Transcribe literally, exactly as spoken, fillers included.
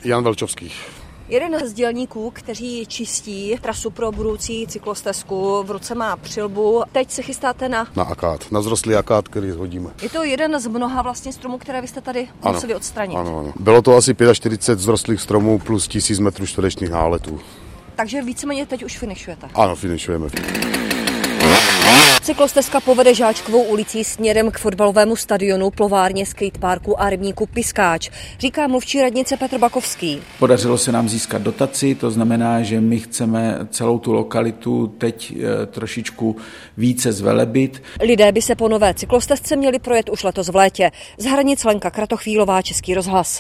Jan Velčovský. Jeden z dělníků, kteří čistí trasu pro budoucí cyklostezku, v ruce má přilbu. Teď se chystáte na... Na akát, na zrostlý akát, který hodíme. Je to jeden z mnoha vlastně stromů, které vy jste tady ano, museli odstranit. Ano, ano. Bylo to asi čtyřicet pět zrostlých stromů plus tisíc metrů čtverečních náletů. Takže víceméně teď už finišujete. Ano, finišujeme. Cyklostezka povede Žáčkovou ulicí směrem k fotbalovému stadionu, plovárně, skateparku a rybníku Piskáč, říká mluvčí radnice Petr Bakovský. Podařilo se nám získat dotaci, to znamená, že my chceme celou tu lokalitu teď e, trošičku více zvelebit. Lidé by se po nové cyklostezce měli projet už letos v létě. Z hranic Lenka Kratochvílová, Český rozhlas.